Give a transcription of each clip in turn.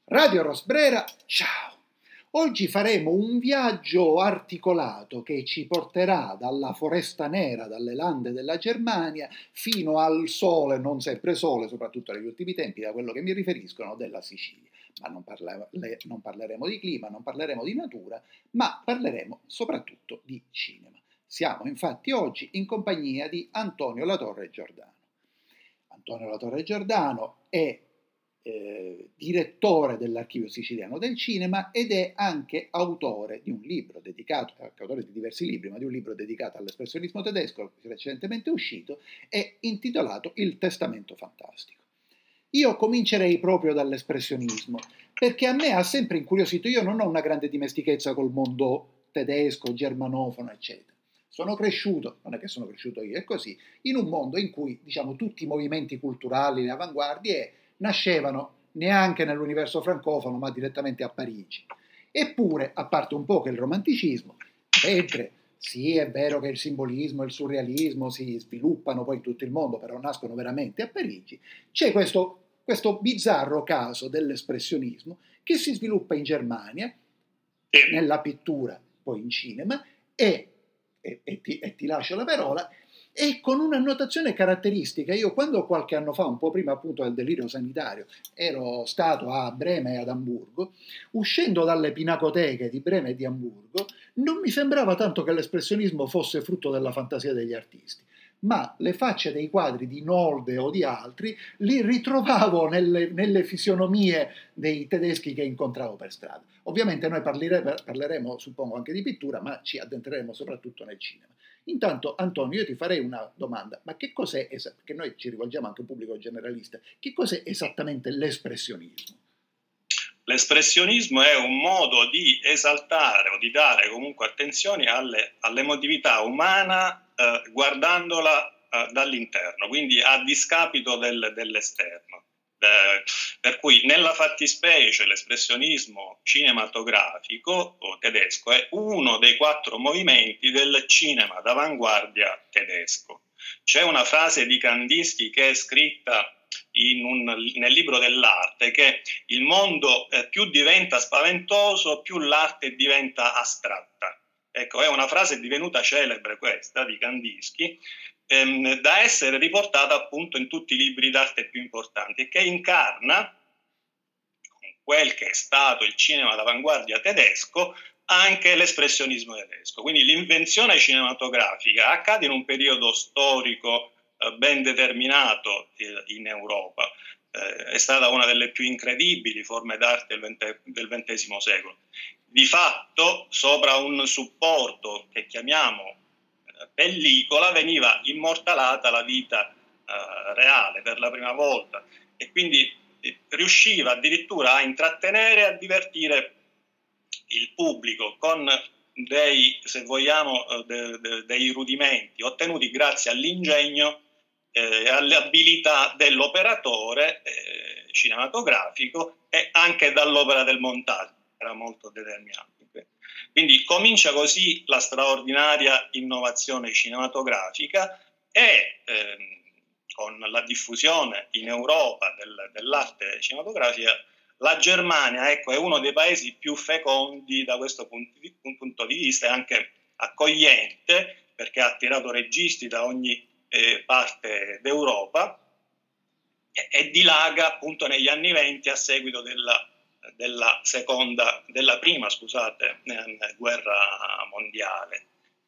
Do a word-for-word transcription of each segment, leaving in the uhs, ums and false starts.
Radio Rosbrera, ciao! Oggi faremo un viaggio articolato che ci porterà dalla Foresta Nera, dalle lande della Germania, fino al sole, non sempre sole, soprattutto negli ultimi tempi, da quello che mi riferiscono, della Sicilia. Ma non, parla- le- non parleremo di clima, non parleremo di natura, ma parleremo soprattutto di cinema. Siamo infatti oggi in compagnia di Antonio Latorre Giordano. Antonio Latorre Giordano è eh, direttore dell'Archivio Siciliano del Cinema ed è anche autore di un libro dedicato, anche autore di diversi libri, ma di un libro dedicato all'espressionismo tedesco recentemente uscito e intitolato Il Testamento Fantastico. Io comincerei proprio dall'espressionismo, perché a me ha sempre incuriosito. Io non ho una grande dimestichezza col mondo tedesco, germanofono, eccetera. Sono cresciuto, non è che sono cresciuto io, è così, in un mondo in cui, diciamo, tutti i movimenti culturali, le avanguardie, nascevano neanche nell'universo francofono, ma direttamente a Parigi. Eppure, a parte un po' che il romanticismo, mentre sì, è vero che il simbolismo e il surrealismo si sviluppano poi in tutto il mondo, però nascono veramente a Parigi, c'è questo, questo bizzarro caso dell'espressionismo che si sviluppa in Germania, nella pittura, poi in cinema, e, e, e, ti, e ti lascio la parola, e con una notazione caratteristica. Io quando qualche anno fa, un po' prima appunto del delirio sanitario, ero stato a Brema e ad Amburgo, uscendo dalle pinacoteche di Brema e di Amburgo, non mi sembrava tanto che l'espressionismo fosse frutto della fantasia degli artisti, ma le facce dei quadri di Nolde o di altri li ritrovavo nelle, nelle fisionomie dei tedeschi che incontravo per strada. Ovviamente noi parleremo, parleremo, suppongo, anche di pittura, ma ci addentreremo soprattutto nel cinema. Intanto, Antonio, io ti farei una domanda, ma che cos'è, perché noi ci rivolgiamo anche a un pubblico generalista, che cos'è esattamente l'espressionismo? L'espressionismo è un modo di esaltare o di dare comunque attenzione alle, all'emotività umana eh, guardandola eh, dall'interno, quindi a discapito del, dell'esterno. Eh, per cui nella fattispecie l'espressionismo cinematografico o tedesco è uno dei quattro movimenti del cinema d'avanguardia tedesco. C'è una frase di Kandinsky che è scritta in un, nel libro dell'arte, che il mondo eh, più diventa spaventoso, più l'arte diventa astratta. Ecco, è una frase divenuta celebre questa di Kandinsky, ehm, da essere riportata appunto in tutti i libri d'arte più importanti, e che incarna quel che è stato il cinema d'avanguardia tedesco, anche l'espressionismo tedesco. Quindi l'invenzione cinematografica accade in un periodo storico eh, ben determinato eh, in Europa. Eh, è stata una delle più incredibili forme d'arte del ventesimo secolo. Di fatto, sopra un supporto che chiamiamo eh, pellicola, veniva immortalata la vita eh, reale per la prima volta, e quindi riusciva addirittura a intrattenere e a divertire il pubblico con dei, se vogliamo, de, de, dei rudimenti ottenuti grazie all'ingegno e eh, alle abilità dell'operatore eh, cinematografico e anche dall'opera del montaggio, era molto determinante. Quindi comincia così la straordinaria innovazione cinematografica e ehm, con la diffusione in Europa del, dell'arte cinematografica, la Germania, ecco, è uno dei paesi più fecondi da questo punto di, punto di vista, e anche accogliente, perché ha attirato registi da ogni eh, parte d'Europa e, e dilaga appunto negli anni venti a seguito della, della seconda, della prima, scusate, eh, guerra mondiale.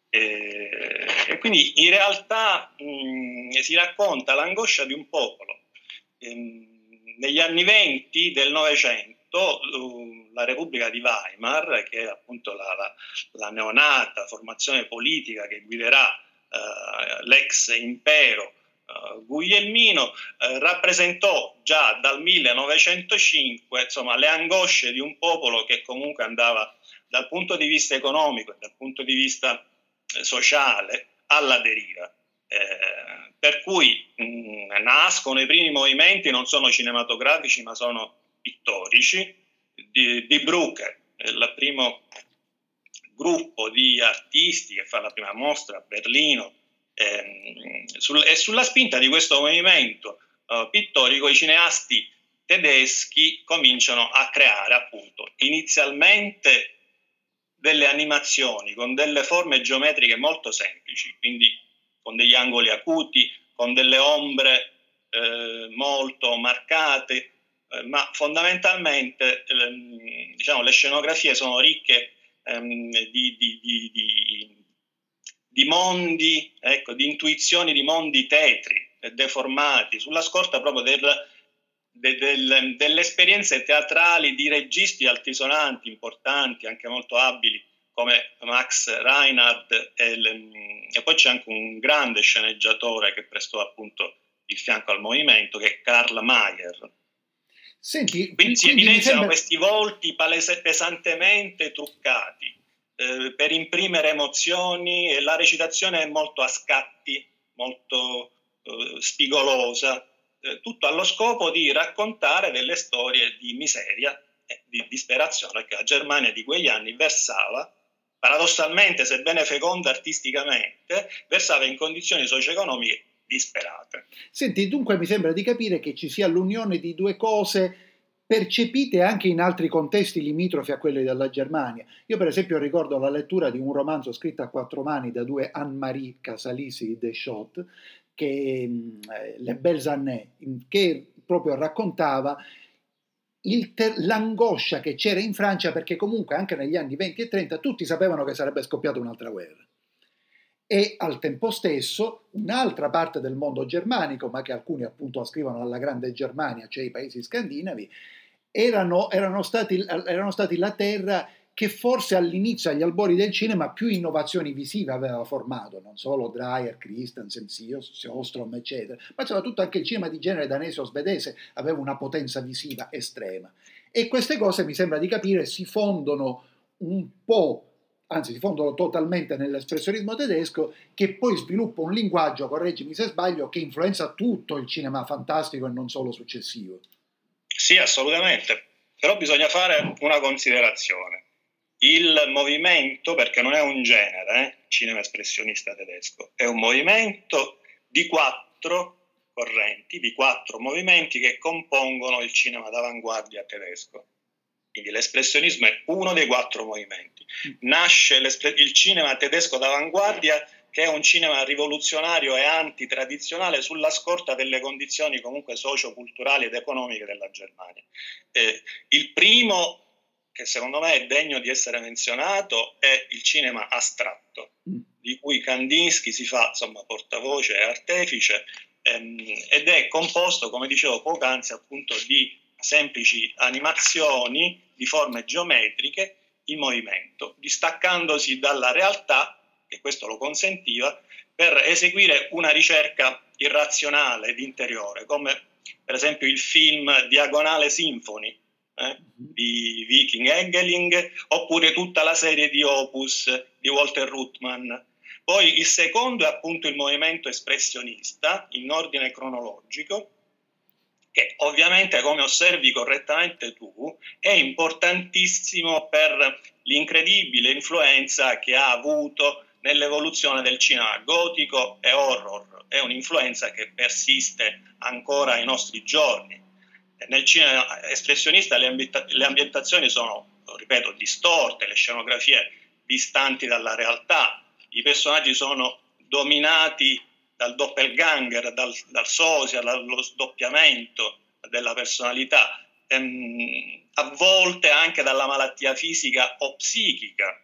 E, e quindi in realtà mh, si racconta l'angoscia di un popolo. Ehm, negli anni venti del Novecento la Repubblica di Weimar, che è appunto la, la, la neonata formazione politica che guiderà eh, l'ex impero Uh, guglielmino, uh, rappresentò già dal millenovecentocinque insomma, le angosce di un popolo che comunque andava dal punto di vista economico e dal punto di vista eh, sociale alla deriva. Eh, per cui mh, nascono i primi movimenti, non sono cinematografici ma sono pittorici. Di, di Brücke, il primo gruppo di artisti che fa la prima mostra a Berlino. Eh, sul, e sulla spinta di questo movimento uh, pittorico i cineasti tedeschi cominciano a creare appunto inizialmente delle animazioni con delle forme geometriche molto semplici, quindi con degli angoli acuti, con delle ombre eh, molto marcate, eh, ma fondamentalmente ehm, diciamo, le scenografie sono ricche ehm, di, di, di, di, di mondi, ecco, di intuizioni di mondi tetri e deformati, sulla scorta proprio del, de, del, delle esperienze teatrali di registi altisonanti, importanti, anche molto abili, come Max Reinhardt, e, le, e poi c'è anche un grande sceneggiatore che prestò appunto il fianco al movimento, che è Karl Mayer. Senti, quindi si quindi evidenziano sembra... questi volti palese, pesantemente truccati eh, per imprimere emozioni, e la recitazione è molto a scatti, molto eh, spigolosa, eh, tutto allo scopo di raccontare delle storie di miseria e di disperazione che la Germania di quegli anni versava, paradossalmente, sebbene feconda artisticamente, versava in condizioni socio-economiche disperate. Senti, dunque mi sembra di capire che ci sia l'unione di due cose percepite anche in altri contesti limitrofi a quelli della Germania. Io per esempio ricordo la lettura di un romanzo scritto a quattro mani da due Anne-Marie Casalisi de Schott, che eh, Le Belles Années, che proprio raccontava il ter- l'angoscia che c'era in Francia, perché comunque anche negli anni venti e trenta tutti sapevano che sarebbe scoppiata un'altra guerra. E al tempo stesso un'altra parte del mondo germanico, ma che alcuni appunto ascrivono alla grande Germania, cioè i paesi scandinavi, erano, erano, stati, erano stati la terra che forse all'inizio, agli albori del cinema, più innovazioni visive aveva formato, non solo Dreyer, Christensen, Sjöström, eccetera, ma soprattutto anche il cinema di genere danese o svedese aveva una potenza visiva estrema. E queste cose, mi sembra di capire, si fondono un po', anzi si fondono totalmente nell'espressionismo tedesco, che poi sviluppa un linguaggio, correggimi se sbaglio, che influenza tutto il cinema fantastico e non solo successivo. Sì, assolutamente, però bisogna fare una considerazione. Il movimento, perché non è un genere, eh, cinema espressionista tedesco, è un movimento di quattro correnti, di quattro movimenti che compongono il cinema d'avanguardia tedesco. Quindi l'espressionismo è uno dei quattro movimenti. Nasce il cinema tedesco d'avanguardia, che è un cinema rivoluzionario e antitradizionale sulla scorta delle condizioni comunque socio-culturali ed economiche della Germania. Eh, il primo, che secondo me è degno di essere menzionato, è il cinema astratto, di cui Kandinsky si fa insomma portavoce e artefice, ehm, ed è composto, come dicevo poc'anzi, appunto di semplici animazioni di forme geometriche in movimento, distaccandosi dalla realtà, che questo lo consentiva, per eseguire una ricerca irrazionale ed interiore, come per esempio il film Diagonale Symphony eh, di Viking Engeling, oppure tutta la serie di Opus di Walter Ruttmann. Poi il secondo è appunto il movimento espressionista, in ordine cronologico, che ovviamente, come osservi correttamente tu, è importantissimo per l'incredibile influenza che ha avuto nell'evoluzione del cinema gotico e horror. È un'influenza che persiste ancora ai nostri giorni. Nel cinema espressionista le, ambienta- le ambientazioni sono, ripeto, distorte, le scenografie distanti dalla realtà, i personaggi sono dominati dal doppelganger, dal, dal sosia, dallo sdoppiamento della personalità, ehm, a volte anche dalla malattia fisica o psichica,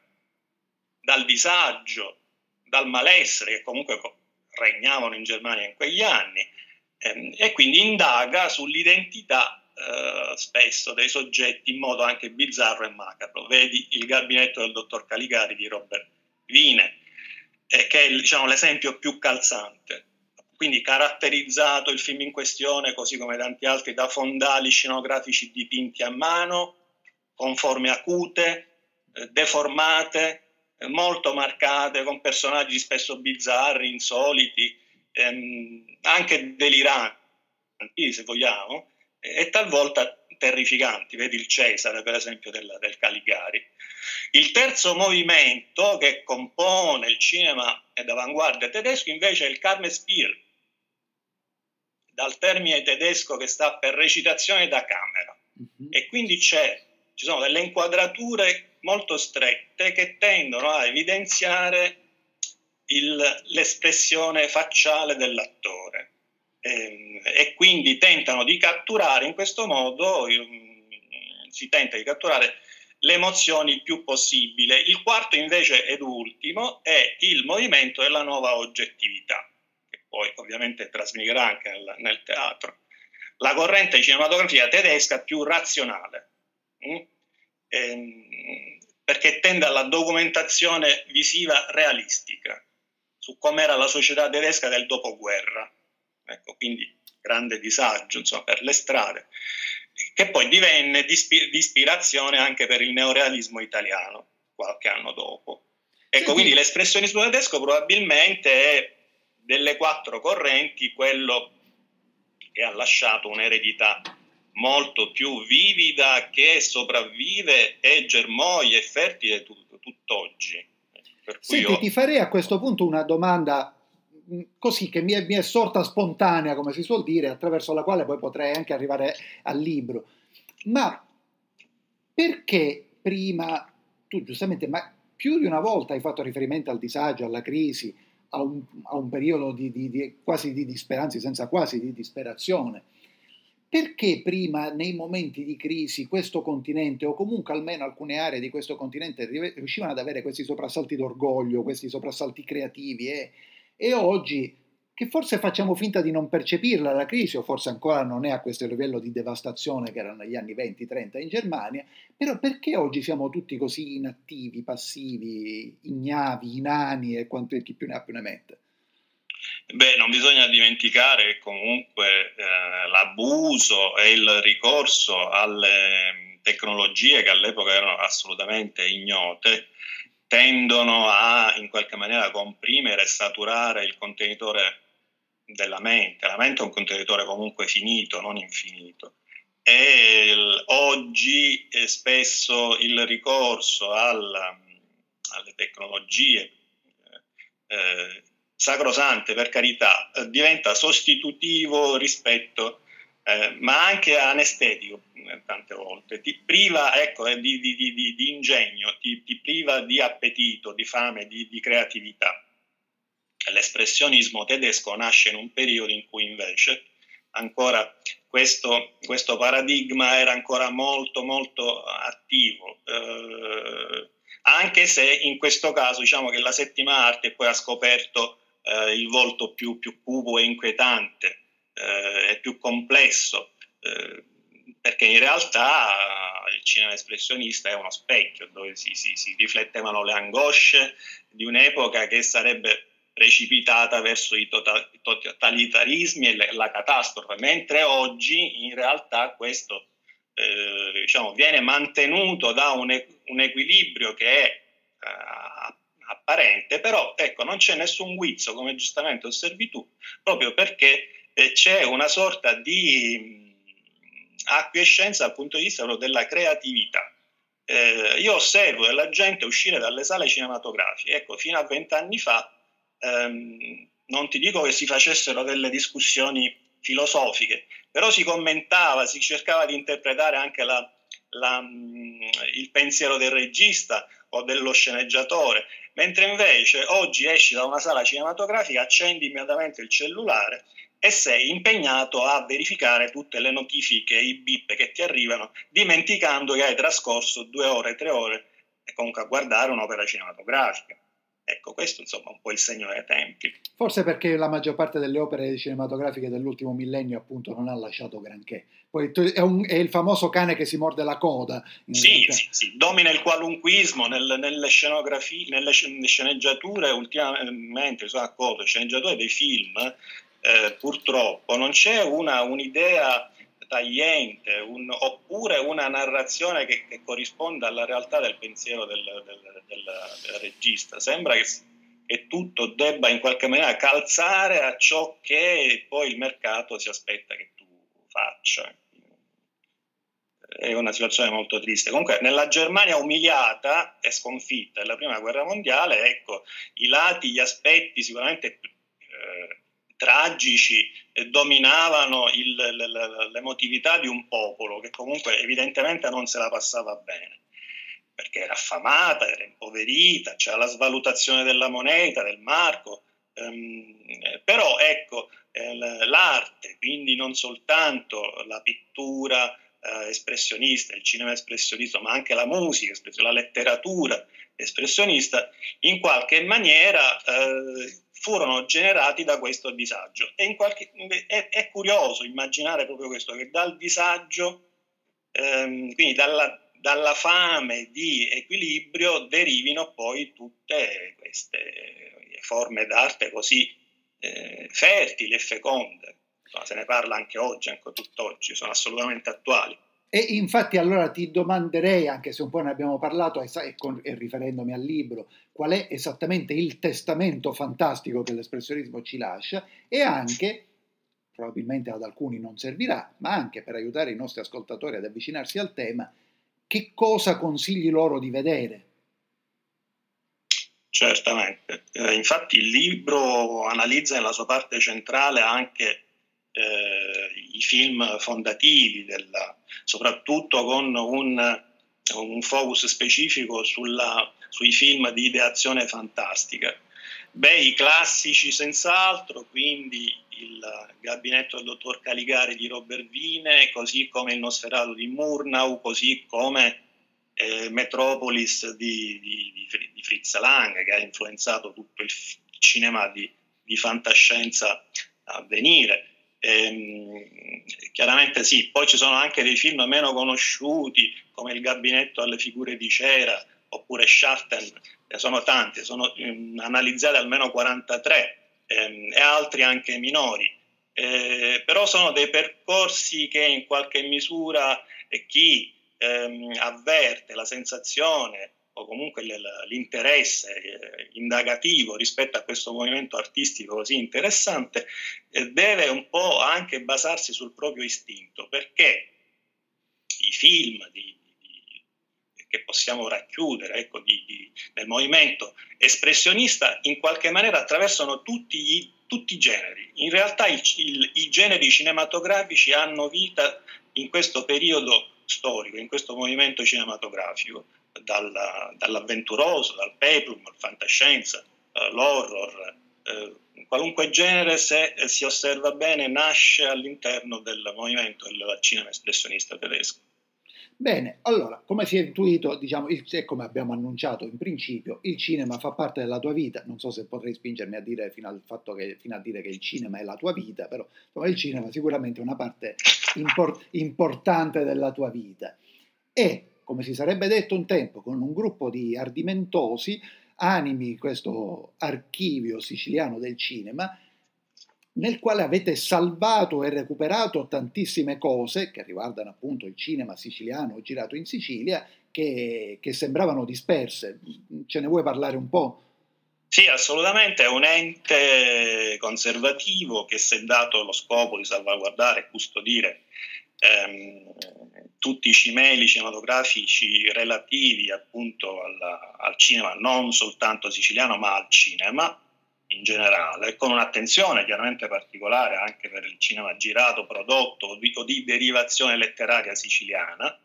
dal disagio, dal malessere che comunque regnavano in Germania in quegli anni, ehm, e quindi indaga sull'identità eh, spesso dei soggetti in modo anche bizzarro e macabro. Vedi Il gabinetto del dottor Caligari di Robert Wiene, eh, che è diciamo, l'esempio più calzante. Quindi caratterizzato il film in questione, così come tanti altri, da fondali scenografici dipinti a mano, con forme acute, eh, deformate, eh, molto marcate, con personaggi spesso bizzarri, insoliti, ehm, anche deliranti, se vogliamo, e talvolta terrificanti. Vedi il Cesare, per esempio, del, del Caligari. Il terzo movimento che compone il cinema d'avanguardia tedesco invece è il Karmenspiel dal termine tedesco che sta per recitazione da camera, mm-hmm. e quindi c'è, ci sono delle inquadrature molto strette che tendono a evidenziare il, l'espressione facciale dell'attore, e, e quindi tentano di catturare in questo modo, si tenta di catturare le emozioni il più possibile. Il quarto invece ed ultimo è il movimento e la nuova oggettività, che poi ovviamente trasmigherà anche nel, nel teatro. La corrente cinematografica tedesca più razionale, mh? Ehm, perché tende alla documentazione visiva realistica su com'era la società tedesca del dopoguerra. Ecco, quindi grande disagio, insomma, per le strade, che poi divenne di ispirazione anche per il neorealismo italiano qualche anno dopo. Ecco, sì, quindi sì. L'espressionismo tedesco probabilmente è delle quattro correnti quello che ha lasciato un'eredità molto più vivida, che sopravvive e germoglia e fertile tut- tutt'oggi. Per cui Senti, io... ti farei a questo punto una domanda così che mi è, mi è sorta spontanea, come si suol dire, attraverso la quale poi potrei anche arrivare al libro. Ma perché prima, tu giustamente, ma più di una volta hai fatto riferimento al disagio, alla crisi, a un, a un periodo di, di, di, quasi di disperazione, senza quasi di disperazione, perché prima nei momenti di crisi questo continente, o comunque almeno alcune aree di questo continente, riuscivano ad avere questi soprassalti d'orgoglio, questi soprassalti creativi, e, e oggi, che forse facciamo finta di non percepirla la crisi, o forse ancora non è a questo livello di devastazione che erano negli anni venti trenta in Germania, però perché oggi siamo tutti così inattivi, passivi, ignavi, inani e quanto chi più ne ha più ne mette? Beh, non bisogna dimenticare che comunque eh, l'abuso e il ricorso alle tecnologie che all'epoca erano assolutamente ignote tendono a in qualche maniera comprimere e saturare il contenitore della mente. La mente è un contenitore comunque finito, non infinito. E il, oggi è spesso il ricorso al, alle tecnologie eh, sacrosante, per carità, eh, diventa sostitutivo rispetto, eh, ma anche anestetico eh, tante volte, ti priva ecco, eh, di, di, di, di ingegno, ti, ti priva di appetito, di fame, di, di creatività. L'espressionismo tedesco nasce in un periodo in cui invece ancora questo, questo paradigma era ancora molto molto attivo, eh, anche se in questo caso diciamo che la settima arte poi ha scoperto eh, il volto più, più cupo e inquietante eh, e più complesso, eh, perché in realtà il cinema espressionista è uno specchio dove si, si, si riflettevano le angosce di un'epoca che sarebbe precipitata verso i totalitarismi e la catastrofe, mentre oggi in realtà questo eh, diciamo, viene mantenuto da un, un equilibrio che è eh, apparente, però ecco, non c'è nessun guizzo, come giustamente osservi tu, proprio perché eh, c'è una sorta di mh, acquiescenza dal punto di vista della creatività. Eh, io osservo della gente uscire dalle sale cinematografiche, ecco, fino a vent'anni fa ehm, non ti dico che si facessero delle discussioni filosofiche, però si commentava, si cercava di interpretare anche la, la, il pensiero del regista o dello sceneggiatore, mentre invece oggi esci da una sala cinematografica, accendi immediatamente il cellulare e sei impegnato a verificare tutte le notifiche, i bip che ti arrivano, dimenticando che hai trascorso due ore, tre ore e comunque a guardare un'opera cinematografica. Ecco, questo insomma è un po' il segno dei tempi. Forse perché la maggior parte delle opere cinematografiche dell'ultimo millennio appunto non ha lasciato granché. Poi è, un, è il famoso cane che si morde la coda. Sì, sì, sì, domina il qualunquismo nel, nelle scenografie, nelle sceneggiature ultimamente, sono d'accordo, sceneggiature dei film, eh, purtroppo non c'è una, un'idea tagliente, un, oppure una narrazione che, che corrisponda alla realtà del pensiero del, del, del, del regista. Sembra che, che tutto debba in qualche maniera calzare a ciò che poi il mercato si aspetta che tu faccia. È una situazione molto triste. Comunque nella Germania umiliata e sconfitta nella prima guerra mondiale, ecco, i lati, gli aspetti sicuramente eh, tragici eh, dominavano il, l'emotività di un popolo che comunque evidentemente non se la passava bene, perché era affamata, era impoverita, c'era la svalutazione della moneta, del marco, ehm, però ecco, eh, l'arte, quindi non soltanto la pittura eh, espressionista, il cinema espressionista, ma anche la musica, la letteratura espressionista, in qualche maniera eh, furono generati da questo disagio. E in qualche, è, è curioso immaginare proprio questo, che dal disagio, ehm, quindi dalla, dalla fame di equilibrio, derivino poi tutte queste forme d'arte così eh, fertili e feconde. Insomma, se ne parla anche oggi, anche tutt'oggi, sono assolutamente attuali. E infatti allora ti domanderei, anche se un po' ne abbiamo parlato e, e, con, e riferendomi al libro, qual è esattamente il testamento fantastico che l'espressionismo ci lascia, e anche, probabilmente ad alcuni non servirà, ma anche per aiutare i nostri ascoltatori ad avvicinarsi al tema, che cosa consigli loro di vedere? Certamente, eh, infatti il libro analizza nella sua parte centrale anche eh, i film fondativi, della, soprattutto con un, un focus specifico sulla, sui film di ideazione fantastica. Beh, i classici senz'altro, quindi il Gabinetto del dottor Caligari di Robert Wiene, così come il Nosferatu di Murnau, così come eh, Metropolis di, di, di Fritz Lang, che ha influenzato tutto il cinema di, di fantascienza a venire. Ehm, chiaramente sì, poi ci sono anche dei film meno conosciuti come Il Gabinetto alle figure di cera oppure Schatten, sono tanti, sono um, analizzati almeno quarantatré ehm, e altri anche minori, eh, però sono dei percorsi che in qualche misura eh, chi ehm, avverte la sensazione o comunque l'interesse eh, indagativo rispetto a questo movimento artistico così interessante, eh, deve un po' anche basarsi sul proprio istinto, perché i film di, di, che possiamo racchiudere ecco, di, di, nel movimento espressionista in qualche maniera attraversano tutti, gli, tutti i generi. In realtà il, il, i generi cinematografici hanno vita in questo periodo storico, in questo movimento cinematografico, dalla, dall'avventuroso, dal peplum, al fantascienza, eh, l'horror, eh, qualunque genere, se eh, si osserva bene, nasce all'interno del movimento del cinema espressionista tedesco. Bene, allora, come si è intuito, diciamo, il, e come abbiamo annunciato in principio, il cinema fa parte della tua vita. Non so se potrei spingermi a dire fino al fatto che, fino a dire che il cinema è la tua vita, però insomma, il cinema sicuramente è una parte import, importante della tua vita. E, come si sarebbe detto un tempo, con un gruppo di ardimentosi, animi questo archivio siciliano del cinema, nel quale avete salvato e recuperato tantissime cose che riguardano appunto il cinema siciliano girato in Sicilia, che, che sembravano disperse. Ce ne vuoi parlare un po'? Sì, assolutamente, è un ente conservativo che si è dato lo scopo di salvaguardare e custodire ehm, tutti i cimeli cinematografici relativi appunto alla, al cinema, non soltanto siciliano, ma al cinema in generale, con un'attenzione chiaramente particolare anche per il cinema girato, prodotto o di, o di derivazione letteraria siciliana,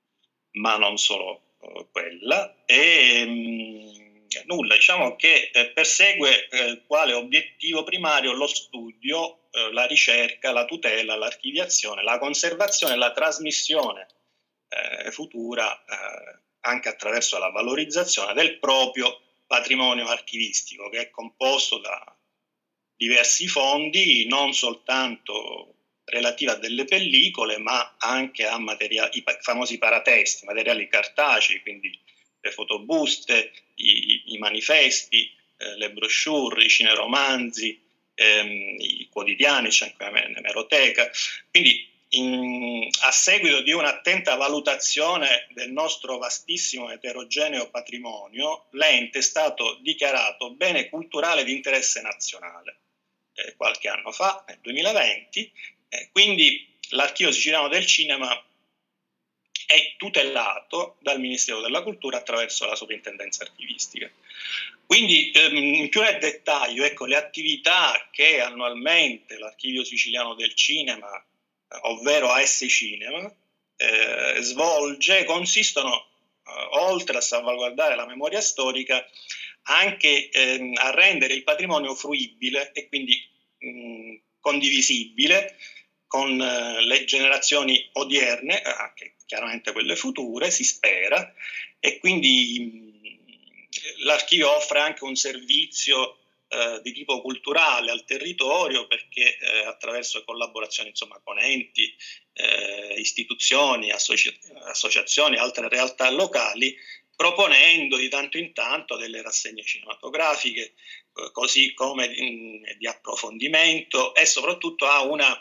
ma non solo uh, quella. E mh, nulla, diciamo che eh, persegue eh, quale obiettivo primario lo studio, eh, la ricerca, la tutela, l'archiviazione, la conservazione e la trasmissione eh, futura eh, anche attraverso la valorizzazione del proprio patrimonio archivistico, che è composto da diversi fondi, non soltanto relativi a delle pellicole, ma anche a materiali, i famosi paratesti, materiali cartacei, quindi le fotobuste, i, i manifesti, eh, le brochure, i cineromanzi, ehm, i quotidiani, c'è anche l'emeroteca. Quindi in, a seguito di un'attenta valutazione del nostro vastissimo eterogeneo patrimonio, l'ente è stato dichiarato bene culturale di interesse nazionale eh, qualche anno fa, nel duemilaventi, eh, quindi l'Archivio Siciliano del Cinema è tutelato dal Ministero della Cultura attraverso la Soprintendenza Archivistica. Quindi ehm, in più nel dettaglio, ecco, le attività che annualmente l'Archivio Siciliano del Cinema, eh, ovvero A S Cinema, eh, svolge consistono, eh, oltre a salvaguardare la memoria storica, anche ehm, a rendere il patrimonio fruibile e quindi mh, condivisibile con eh, le generazioni odierne, anche chiaramente quelle future, si spera, e quindi mh, l'archivio offre anche un servizio eh, di tipo culturale al territorio, perché eh, attraverso collaborazioni insomma, con enti, eh, istituzioni, associ- associazioni, altre realtà locali, proponendo di tanto in tanto delle rassegne cinematografiche, eh, così come di, di approfondimento, e soprattutto ha una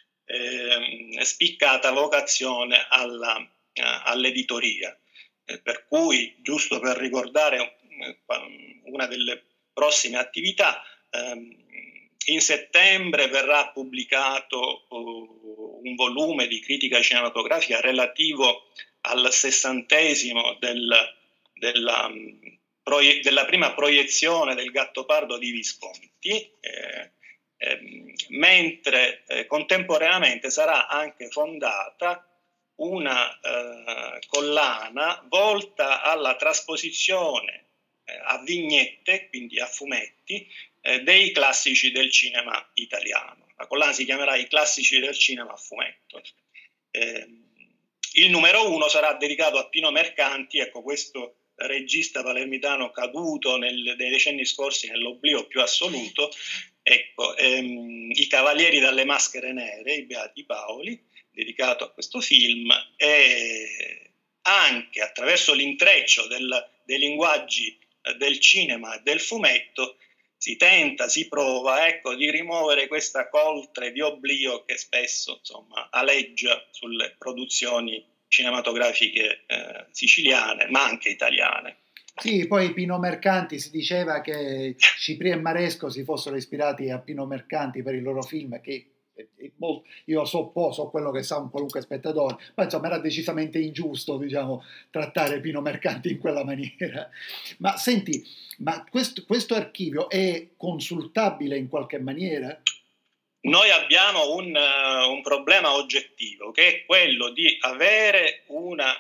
eh, spiccata vocazione alla, eh, all'editoria, eh, per cui, giusto per ricordare eh, una delle prossime attività, ehm, in settembre verrà pubblicato uh, un volume di critica cinematografica relativo al sessantesimo del, della, um, proie- della prima proiezione del Gattopardo di Visconti, eh, eh, mentre eh, contemporaneamente sarà anche fondata una eh, collana volta alla trasposizione eh, a vignette, quindi a fumetti, eh, dei classici del cinema italiano. La collana si chiamerà I classici del cinema a fumetto. Eh, il numero uno sarà dedicato a Pino Mercanti, ecco, questo regista palermitano caduto nel, nei decenni scorsi nell'oblio più assoluto. Ecco, ehm, I Cavalieri dalle maschere nere, i Beati Paoli, dedicato a questo film, e anche attraverso l'intreccio del, dei linguaggi eh, del cinema e del fumetto si tenta, si prova, ecco, di rimuovere questa coltre di oblio che spesso insomma aleggia sulle produzioni cinematografiche eh, siciliane, ma anche italiane. Sì, poi Pino Mercanti, si diceva che Cipri e Maresco si fossero ispirati a Pino Mercanti per i loro film, che io so po', so quello che sa un qualunque spettatore, ma insomma era decisamente ingiusto, diciamo, trattare Pino Mercanti in quella maniera. Ma senti, ma questo, questo archivio è consultabile in qualche maniera? Noi abbiamo un, uh, un problema oggettivo, che è quello di avere una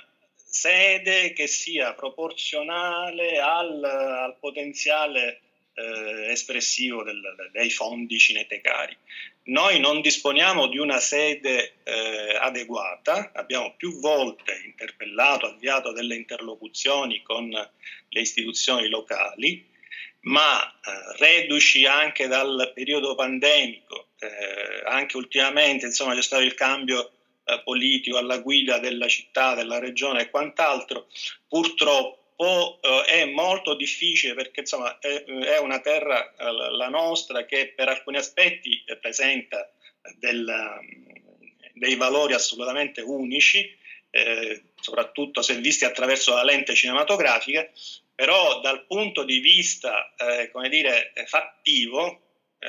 sede che sia proporzionale al, al potenziale eh, espressivo del, dei fondi cinetecari. Noi non disponiamo di una sede eh, adeguata, abbiamo più volte interpellato, avviato delle interlocuzioni con le istituzioni locali, ma eh, reduci anche dal periodo pandemico, eh, anche ultimamente insomma c'è stato il cambio eh, politico alla guida della città, della regione e quant'altro, purtroppo eh, è molto difficile, perché insomma è, è una terra, eh, la nostra, che per alcuni aspetti eh, presenta del, dei valori assolutamente unici, eh, soprattutto se visti attraverso la lente cinematografica, però dal punto di vista, eh, come dire, fattivo,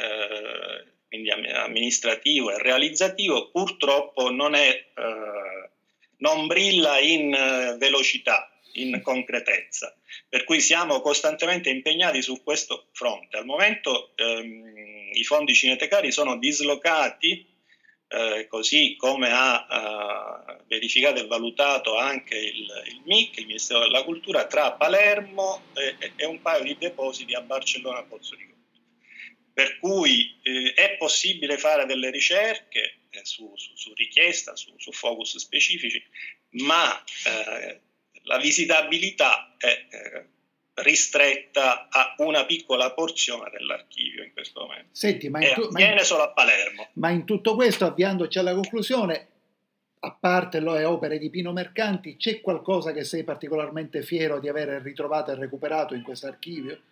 eh, quindi amministrativo e realizzativo, purtroppo non, è, eh, non brilla in eh, velocità, in concretezza. Per cui siamo costantemente impegnati su questo fronte. Al momento ehm, i fondi cinetecari sono dislocati, eh, così come ha uh, verificato e valutato anche il, il M I C, il Ministero della Cultura, tra Palermo e, e un paio di depositi a Barcellona e Pozzo di Gotto. Per cui eh, è possibile fare delle ricerche eh, su, su, su richiesta, su, su focus specifici, ma eh, la visitabilità è eh, ristretta a una piccola porzione dell'archivio in questo momento. Senti, ma e tu, avviene ma in, solo a Palermo. Ma in tutto questo, avviandoci alla conclusione, a parte le opere di Pino Mercanti, c'è qualcosa che sei particolarmente fiero di aver ritrovato e recuperato in questo archivio?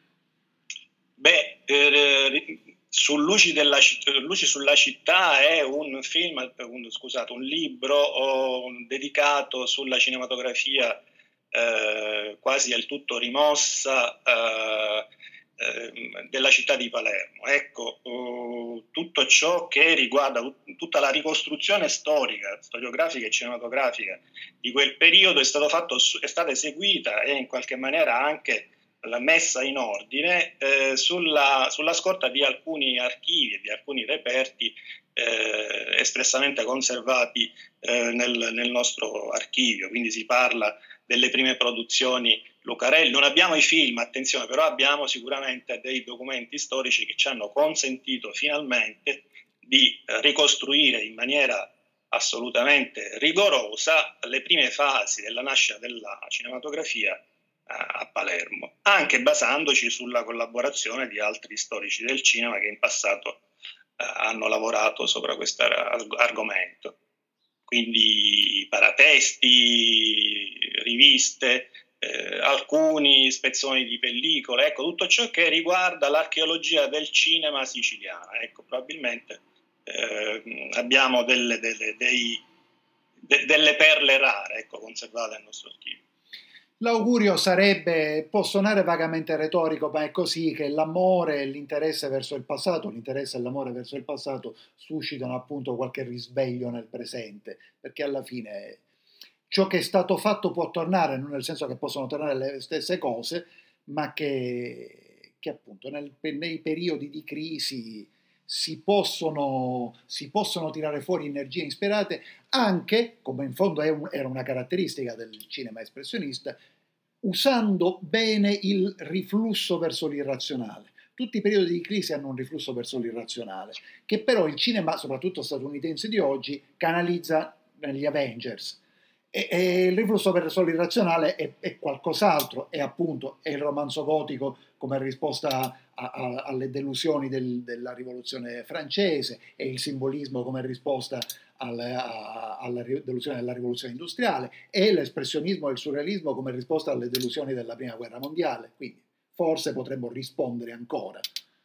Beh, eh, su Luci, della, Luci sulla città è un film, un, scusate, un libro oh, dedicato sulla cinematografia eh, quasi del tutto rimossa, eh, ehm, della città di Palermo. Ecco, uh, tutto ciò che riguarda tut- tutta la ricostruzione storica, storiografica e cinematografica di quel periodo è stato fatto, su- è stata eseguita e in qualche maniera anche la messa in ordine eh, sulla, sulla scorta di alcuni archivi e di alcuni reperti eh, espressamente conservati eh, nel, nel nostro archivio. Quindi si parla delle prime produzioni Lucarelli. Non abbiamo i film, attenzione, però abbiamo sicuramente dei documenti storici che ci hanno consentito finalmente di eh, ricostruire in maniera assolutamente rigorosa le prime fasi della nascita della cinematografia a Palermo, anche basandoci sulla collaborazione di altri storici del cinema che in passato eh, hanno lavorato sopra questo argomento. Quindi paratesti, riviste, eh, alcuni spezzoni di pellicole, ecco, tutto ciò che riguarda l'archeologia del cinema siciliana. Ecco, probabilmente eh, abbiamo delle, delle, dei, de, delle perle rare, ecco, conservate nel nostro archivio. L'augurio sarebbe, può suonare vagamente retorico, ma è così, che l'amore e l'interesse verso il passato, l'interesse e l'amore verso il passato suscitano appunto qualche risveglio nel presente, perché alla fine ciò che è stato fatto può tornare, non nel senso che possono tornare le stesse cose, ma che, che appunto nel, nei periodi di crisi si possono, si possono tirare fuori energie insperate anche, come in fondo è un, era una caratteristica del cinema espressionista, usando bene il riflusso verso l'irrazionale. Tutti i periodi di crisi hanno un riflusso verso l'irrazionale, che però il cinema, soprattutto statunitense di oggi, canalizza negli Avengers. E, e il riflusso verso l'irrazionale è, è qualcos'altro, è appunto è il romanzo gotico come risposta a, a, alle delusioni del, della rivoluzione francese, è il simbolismo come risposta alla, alla delusione della rivoluzione industriale, e l'espressionismo e il surrealismo come risposta alle delusioni della prima guerra mondiale. Quindi forse potremmo rispondere ancora.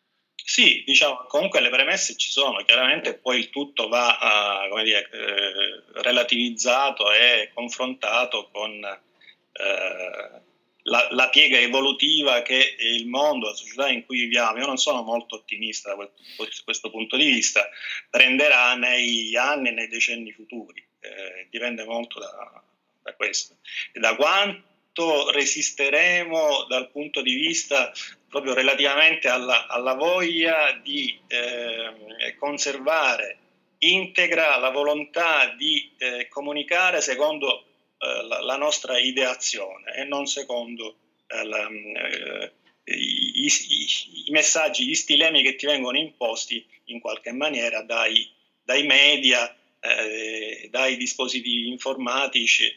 Sì, diciamo, comunque le premesse ci sono, chiaramente poi il tutto va uh, come dire, eh, relativizzato e confrontato con eh, la, la piega evolutiva che il mondo, la società in cui viviamo, io non sono molto ottimista da questo, questo punto di vista, prenderà negli anni e nei decenni futuri, eh, dipende molto da, da questo. E da quanto resisteremo dal punto di vista proprio relativamente alla, alla voglia di eh, conservare integra la volontà di eh, comunicare secondo eh, la, la nostra ideazione e non secondo eh, la, eh, i, i, i messaggi, gli stilemi che ti vengono imposti in qualche maniera dai, dai media, eh, dai dispositivi informatici,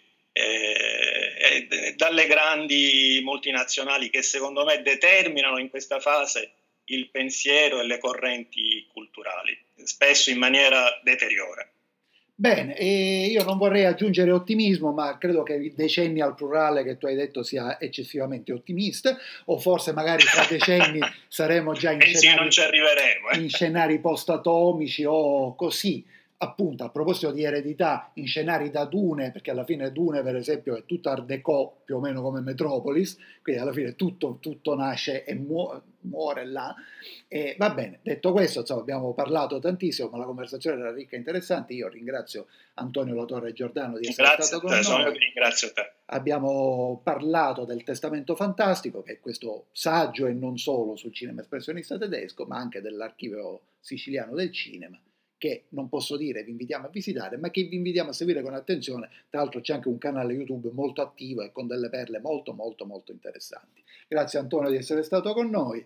Eh, eh, dalle grandi multinazionali che secondo me determinano in questa fase il pensiero e le correnti culturali, spesso in maniera deteriore. Bene, e io non vorrei aggiungere ottimismo, ma credo che i decenni al plurale che tu hai detto sia eccessivamente ottimista, o forse magari fra decenni saremo già in scenari, non ci arriveremo, eh. in scenari post-atomici o così. Appunto, a proposito di eredità, in scenari da Dune, perché alla fine Dune, per esempio, è tutta Art Deco, più o meno come Metropolis, quindi alla fine tutto, tutto nasce e muore, muore là. E va bene, detto questo, insomma, abbiamo parlato tantissimo, ma la conversazione era ricca e interessante. Io ringrazio Antonio Latorre Giordano di essere Grazie stato te, con noi. Ringrazio te. Abbiamo parlato del Testamento Fantastico, che è questo saggio e non solo sul cinema espressionista tedesco, ma anche dell'archivio siciliano del cinema, che non posso dire vi invitiamo a visitare, ma che vi invitiamo a seguire con attenzione. Tra l'altro c'è anche un canale YouTube molto attivo e con delle perle molto molto molto interessanti. Grazie Antonio di essere stato con noi.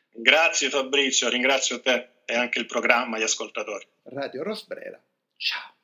Grazie Fabrizio, ringrazio te e anche il programma, gli ascoltatori. Radio Rosbrera, ciao.